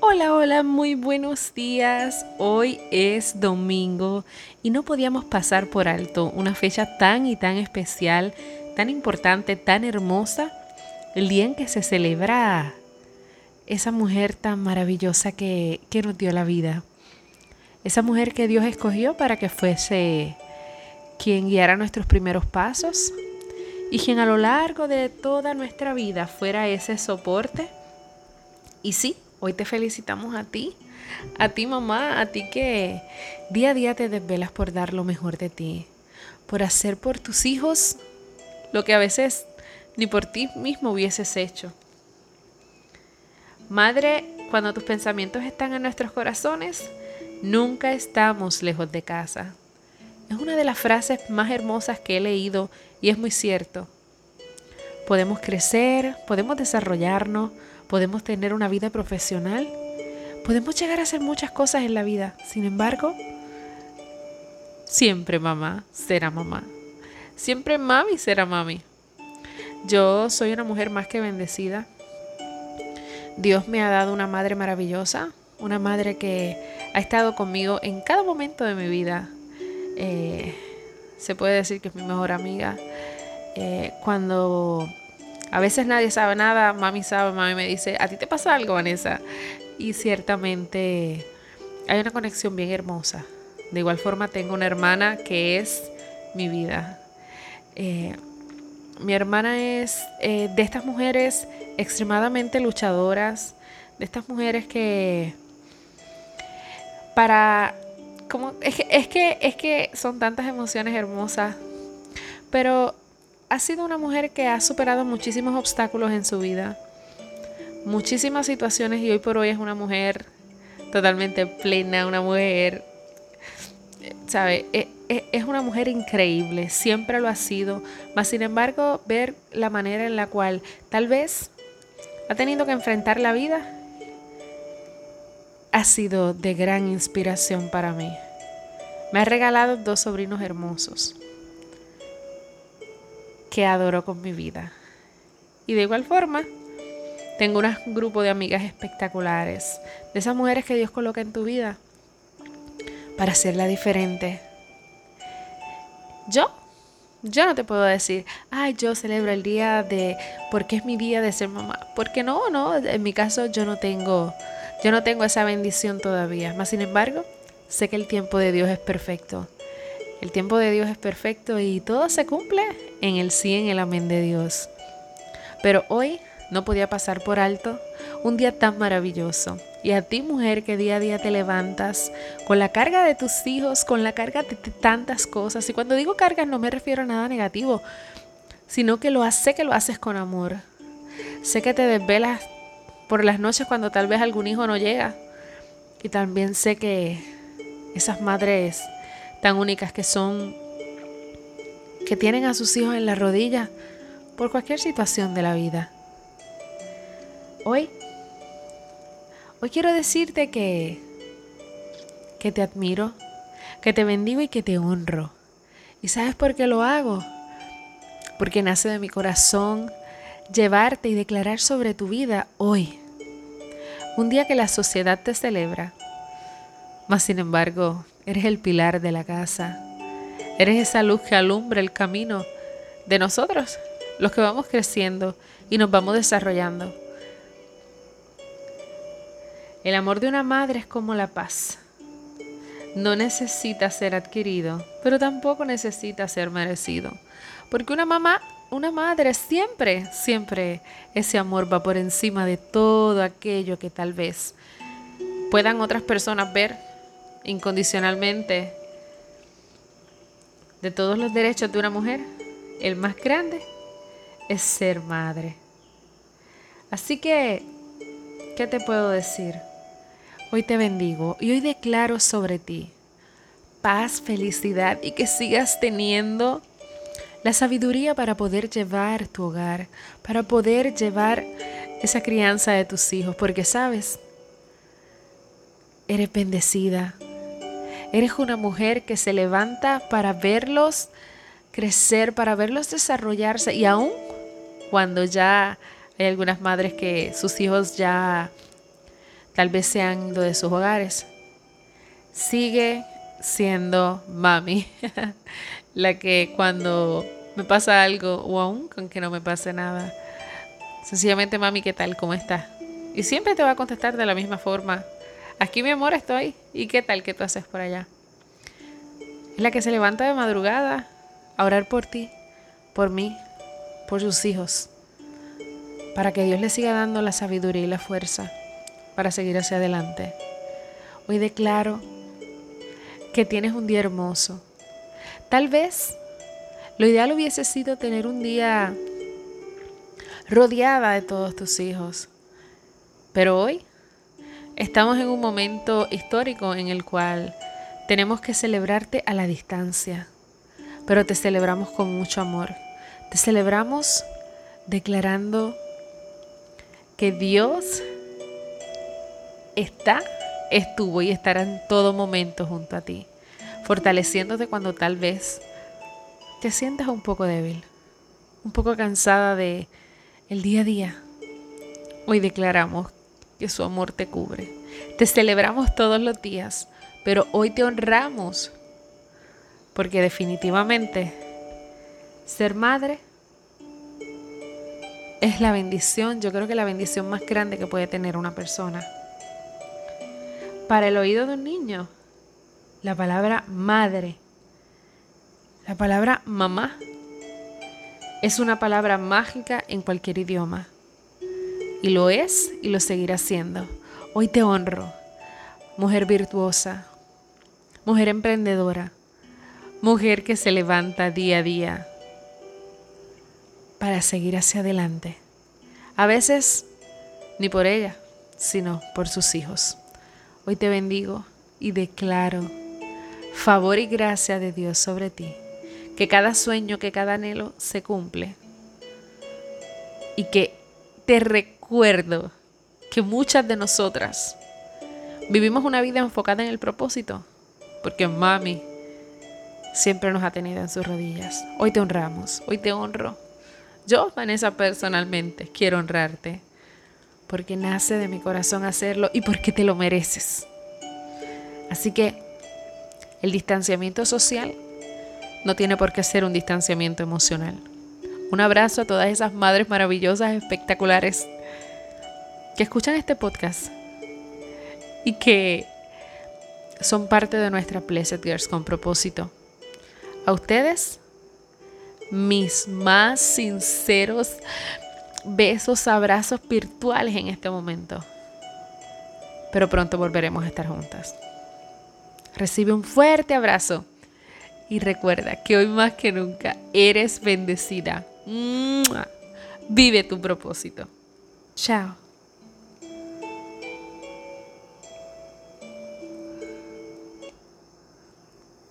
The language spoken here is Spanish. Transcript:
Hola, hola, muy buenos días. Hoy es domingo y no podíamos pasar por alto una fecha tan y tan especial, tan importante, tan hermosa, el día en que se celebra esa mujer tan maravillosa que nos dio la vida. Esa mujer que Dios escogió para que fuese quien guiara nuestros primeros pasos y quien a lo largo de toda nuestra vida fuera ese soporte. Y sí, hoy te felicitamos a ti mamá, a ti que día a día te desvelas por dar lo mejor de ti, por hacer por tus hijos lo que a veces ni por ti mismo hubieses hecho. Madre, cuando tus pensamientos están en nuestros corazones, nunca estamos lejos de casa. Es una de las frases más hermosas que he leído y es muy cierto. Podemos crecer, podemos desarrollarnos, podemos tener una vida profesional, podemos llegar a hacer muchas cosas en la vida. Sin embargo, siempre mamá será mamá. Siempre mami será mami. Yo soy una mujer más que bendecida. Dios me ha dado una madre maravillosa, una madre que ha estado conmigo en cada momento de mi vida. Eh, Se puede decir que es mi mejor amiga. Cuando a veces nadie sabe nada, mami sabe, mami me dice, ¿a ti te pasa algo, Vanessa? Y ciertamente hay una conexión bien hermosa. De igual forma tengo una hermana que es mi vida. Eh, Mi hermana es de estas mujeres extremadamente luchadoras, de estas mujeres que para como es que son tantas emociones hermosas, pero ha sido una mujer que ha superado muchísimos obstáculos en su vida, muchísimas situaciones y hoy por hoy es una mujer totalmente plena, una mujer, ¿sabe? Es una mujer increíble, siempre lo ha sido, mas sin embargo ver la manera en la cual tal vez ha tenido que enfrentar la vida ha sido de gran inspiración para mí. Me ha regalado dos sobrinos hermosos que adoro con mi vida. Y de igual forma, tengo un grupo de amigas espectaculares, de esas mujeres que Dios coloca en tu vida para hacerla diferente. Yo Yo no te puedo decir, ay, yo celebro el día de, porque es mi día de ser mamá. Porque no, en mi caso yo no tengo esa bendición todavía. Mas sin embargo, sé que el tiempo de Dios es perfecto. El tiempo de Dios es perfecto y todo se cumple en el sí, en el amén de Dios. Pero hoy no podía pasar por alto un día tan maravilloso. Y a ti, mujer, que día a día te levantas con la carga de tus hijos, con la carga de tantas cosas. Y cuando digo cargas no me refiero a nada negativo, sino que sé que lo haces con amor. Sé que te desvelas por las noches cuando tal vez algún hijo no llega. Y también sé que esas madres tan únicas que tienen a sus hijos en la rodilla por cualquier situación de la vida. Hoy Hoy quiero decirte que te admiro, que te bendigo y que te honro. ¿Y sabes por qué lo hago? Porque nace de mi corazón llevarte y declarar sobre tu vida hoy, un día que la sociedad te celebra, mas sin embargo eres el pilar de la casa, eres esa luz que alumbra el camino de nosotros, los que vamos creciendo y nos vamos desarrollando. El amor de una madre es como la paz. No necesita ser adquirido, pero tampoco necesita ser merecido. Porque una madre siempre ese amor va por encima de todo aquello que tal vez puedan otras personas ver incondicionalmente. De todos los derechos de una mujer, el más grande es ser madre. Así que, ¿qué te puedo decir? Hoy te bendigo y hoy declaro sobre ti paz, felicidad y que sigas teniendo la sabiduría para poder llevar tu hogar, para poder llevar esa crianza de tus hijos, porque sabes, eres bendecida, eres una mujer que se levanta para verlos crecer, para verlos desarrollarse y aún cuando ya hay algunas madres que sus hijos ya tal vez se han ido de sus hogares. Sigue siendo mami, la que cuando me pasa algo, o aún con que no me pase nada, sencillamente, mami, ¿qué tal? ¿Cómo estás? Y siempre te va a contestar de la misma forma. Aquí, mi amor, estoy. ¿Y qué tal que tú haces por allá? Es la que se levanta de madrugada a orar por ti, por mí, por sus hijos, para que Dios les siga dando la sabiduría y la fuerza para seguir hacia adelante. Hoy declaro que tienes un día hermoso. Tal vez lo ideal hubiese sido tener un día rodeada de todos tus hijos, pero hoy estamos en un momento histórico en el cual tenemos que celebrarte a la distancia, pero te celebramos con mucho amor. Te celebramos declarando que Dios estuvo y estará en todo momento junto a ti, fortaleciéndote cuando tal vez te sientas un poco débil, un poco cansada de el día a día. Hoy declaramos que su amor te cubre. Te celebramos todos los días, pero hoy te honramos porque definitivamente ser madre es la bendición, yo creo que la bendición más grande que puede tener una persona. Para el oído de un niño, la palabra madre, la palabra mamá, es una palabra mágica en cualquier idioma. Y lo es y lo seguirá siendo. Hoy te honro, mujer virtuosa, mujer emprendedora, mujer que se levanta día a día para seguir hacia adelante. A veces ni por ella, sino por sus hijos. Hoy te bendigo y declaro favor y gracia de Dios sobre ti. Que cada sueño, que cada anhelo se cumple. Y que te recuerdo que muchas de nosotras vivimos una vida enfocada en el propósito, porque mami siempre nos ha tenido en sus rodillas. Hoy te honramos, hoy te honro. Yo, Vanessa, personalmente quiero honrarte, porque nace de mi corazón hacerlo y porque te lo mereces. Así que el distanciamiento social no tiene por qué ser un distanciamiento emocional. Un abrazo a todas esas madres maravillosas, espectaculares, que escuchan este podcast y que son parte de nuestra Blessed Girls con propósito. A ustedes, mis más sinceros besos, abrazos virtuales en este momento. Pero pronto volveremos a estar juntas. Recibe un fuerte abrazo y recuerda que hoy más que nunca eres bendecida. ¡Mua! Vive tu propósito. Chao.